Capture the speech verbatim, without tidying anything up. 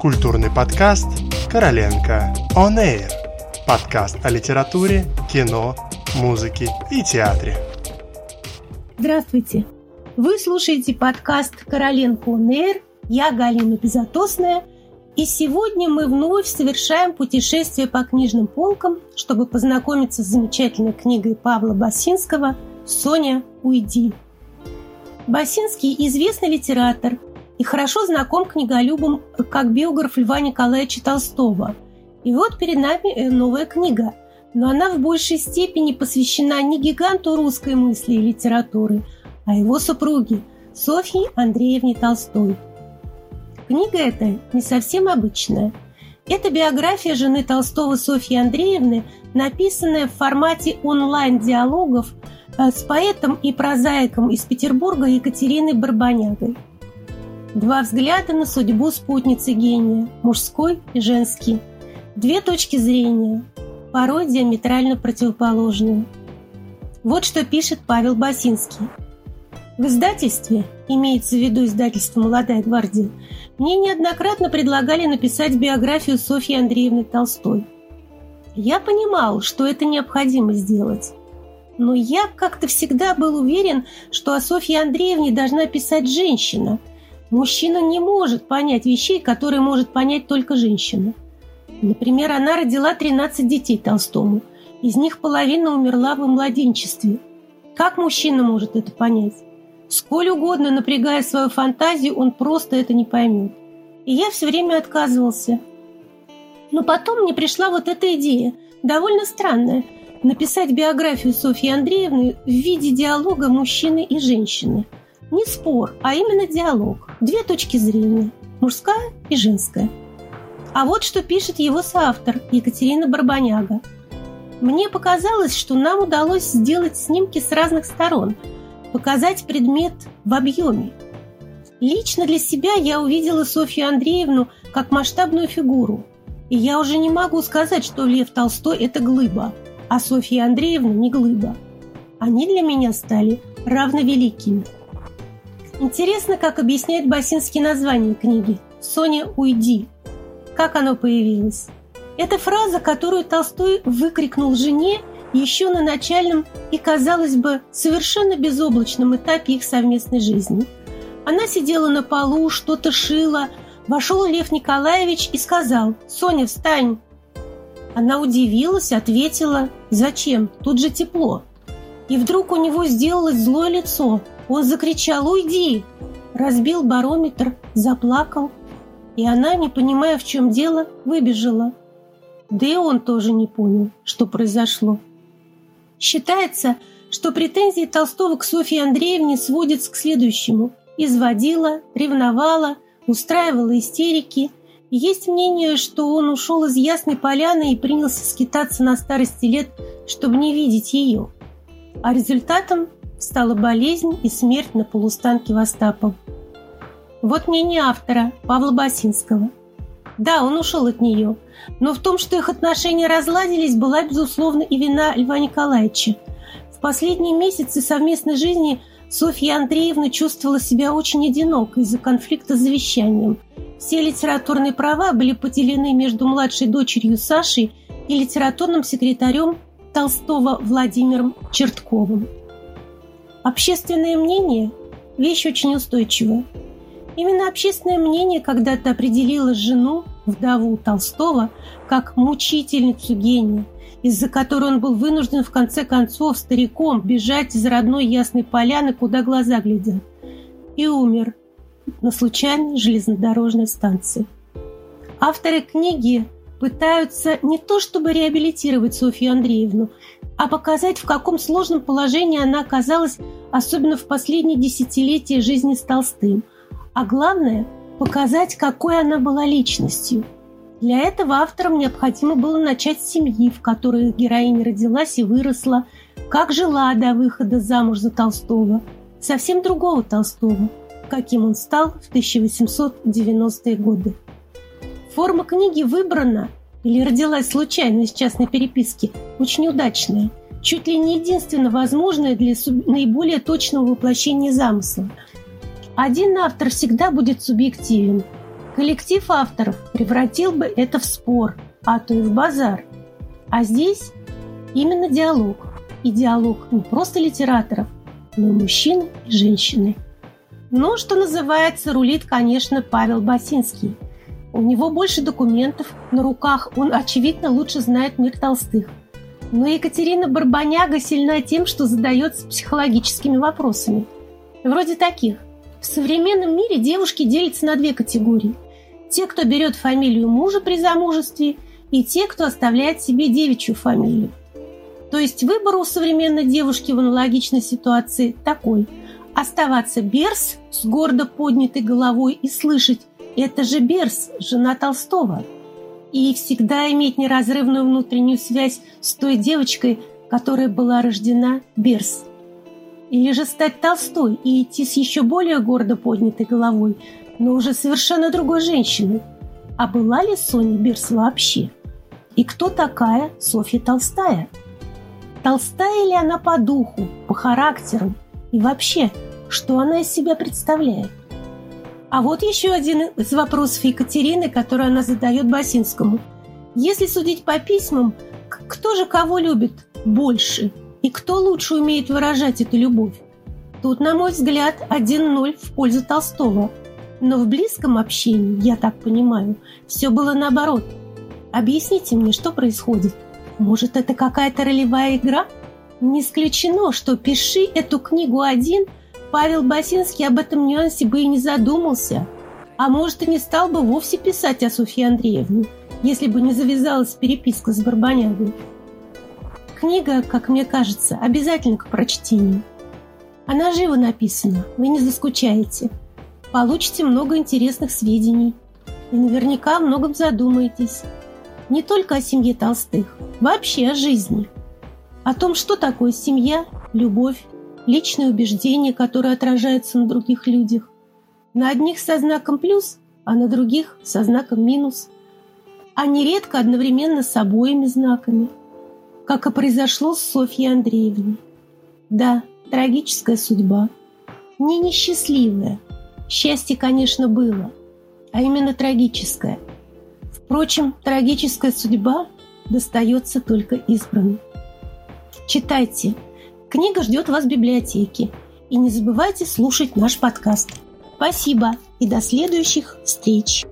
Культурный подкаст «Короленко On Air». Подкаст о литературе, кино, музыке и театре. Здравствуйте! Вы слушаете подкаст «Короленко On Air». Я Галина Безотосная. И сегодня мы вновь совершаем путешествие по книжным полкам, чтобы познакомиться с замечательной книгой Павла Басинского «Соня, уйди». Басинский – известный литератор и хорошо знаком книголюбам как биограф Льва Николаевича Толстого. И вот перед нами новая книга, но она в большей степени посвящена не гиганту русской мысли и литературы, а его супруге Софье Андреевне Толстой. Книга эта не совсем обычная. Это биография жены Толстого Софьи Андреевны, написанная в формате онлайн-диалогов с поэтом и прозаиком из Петербурга Екатериной Барбанягой. Два взгляда на судьбу спутницы гения, мужской и женский. Две точки зрения, порой диаметрально противоположные. Вот что пишет Павел Басинский. В издательстве, имеется в виду издательство «Молодая гвардия», мне неоднократно предлагали написать биографию Софьи Андреевны Толстой. Я понимал, что это необходимо сделать. Но я как-то всегда был уверен, что о Софье Андреевне должна писать женщина. Мужчина не может понять вещей, которые может понять только женщина. Например, она родила тринадцать детей Толстому. Из них половина умерла в младенчестве. Как мужчина может это понять? Сколь угодно напрягая свою фантазию, он просто это не поймет. И я все время отказывался. Но потом мне пришла вот эта идея, довольно странная, написать биографию Софьи Андреевны в виде диалога мужчины и женщины. Не спор, а именно диалог. Две точки зрения, мужская и женская. А вот что пишет его соавтор Екатерина Барбаняга. Мне показалось, что нам удалось сделать снимки с разных сторон, показать предмет в объеме. Лично для себя я увидела Софью Андреевну как масштабную фигуру. И я уже не могу сказать, что Лев Толстой – это глыба, а Софья Андреевна не глыба. Они для меня стали равновеликими. Интересно, как объясняет Басинский название книги «Соня, уйди». Как оно появилось? Это фраза, которую Толстой выкрикнул жене еще на начальном и, казалось бы, совершенно безоблачном этапе их совместной жизни. Она сидела на полу, что-то шила. Вошел Лев Николаевич и сказал: «Соня, встань!» Она удивилась, ответила: «Зачем? Тут же тепло». И вдруг у него сделалось злое лицо. Он закричал: «Уйди!» Разбил барометр, заплакал. И она, не понимая, в чем дело, выбежала. Да и он тоже не понял, что произошло. Считается, что претензии Толстого к Софье Андреевне сводятся к следующему: изводила, ревновала, устраивала истерики. И есть мнение, что он ушел из Ясной Поляны и принялся скитаться на старости лет, чтобы не видеть ее. А результатом стала болезнь и смерть на полустанке в Остапов. Вот мнение автора Павла Басинского. Да, он ушел от нее, но в том, что их отношения разладились, была, безусловно, и вина Льва Николаевича. В последние месяцы совместной жизни Софья Андреевна чувствовала себя очень одиноко из-за конфликта с завещанием. Все литературные права были поделены между младшей дочерью Сашей и литературным секретарем Толстого Владимиром Чертковым. Общественное мнение – вещь очень устойчивая. Именно общественное мнение когда-то определило жену, вдову Толстого, как мучительницу гения, из-за которой он был вынужден в конце концов стариком бежать из родной Ясной Поляны, куда глаза глядят, и умер на случайной железнодорожной станции. Авторы книги пытаются не то чтобы реабилитировать Софью Андреевну, а показать, в каком сложном положении она оказалась, особенно в последние десятилетия жизни с Толстым. А главное – показать, какой она была личностью. Для этого авторам необходимо было начать с семьи, в которой героиня родилась и выросла, как жила до выхода замуж за Толстого, совсем другого Толстого, каким он стал в тысяча восемьсот девяностые годы. Форма книги выбрана или родилась случайно из частной переписки, очень удачная, чуть ли не единственно возможная для наиболее точного воплощения замысла. Один автор всегда будет субъективен. Коллектив авторов превратил бы это в спор, а то и в базар. А здесь именно диалог. И диалог не просто литераторов, но и мужчины и женщины. Но, что называется, рулит, конечно, Павел Басинский. У него больше документов, на руках он, очевидно, лучше знает мир Толстых. Но Екатерина Барбаняга сильна тем, что задается психологическими вопросами. Вроде таких. В современном мире девушки делятся на две категории. Те, кто берет фамилию мужа при замужестве, и те, кто оставляет себе девичью фамилию. То есть выбор у современной девушки в аналогичной ситуации такой: оставаться Берс с гордо поднятой головой и слышать «это же Берс, жена Толстого», и всегда иметь неразрывную внутреннюю связь с той девочкой, которая была рождена Берс. Или же стать Толстой и идти с еще более гордо поднятой головой, но уже совершенно другой женщиной. А была ли Соня Берс вообще? И кто такая Софья Толстая? Толстая ли она по духу, по характеру? И вообще, что она из себя представляет? А вот еще один из вопросов Екатерины, который она задает Басинскому. Если судить по письмам, кто же кого любит больше? И кто лучше умеет выражать эту любовь? Тут, на мой взгляд, один ноль в пользу Толстого. Но в близком общении, я так понимаю, все было наоборот. Объясните мне, что происходит? Может, это какая-то ролевая игра? Не исключено, что «Пиши эту книгу один», Павел Басинский об этом нюансе бы и не задумался. А может, и не стал бы вовсе писать о Софье Андреевне, если бы не завязалась переписка с Барбанягой. Книга, как мне кажется, обязательно к прочтению. Она живо написана, вы не заскучаете. Получите много интересных сведений. И наверняка о многом задумаетесь. Не только о семье Толстых, вообще о жизни. О том, что такое семья, любовь, личные убеждения, которые отражаются на других людях. На одних со знаком плюс, а на других со знаком минус. А нередко одновременно с обоими знаками. Как и произошло с Софьей Андреевной. Да, трагическая судьба. Не несчастливая. Счастье, конечно, было, а именно трагическое. Впрочем, трагическая судьба достается только избранным. Читайте. Книга ждет вас в библиотеке. И не забывайте слушать наш подкаст. Спасибо и до следующих встреч!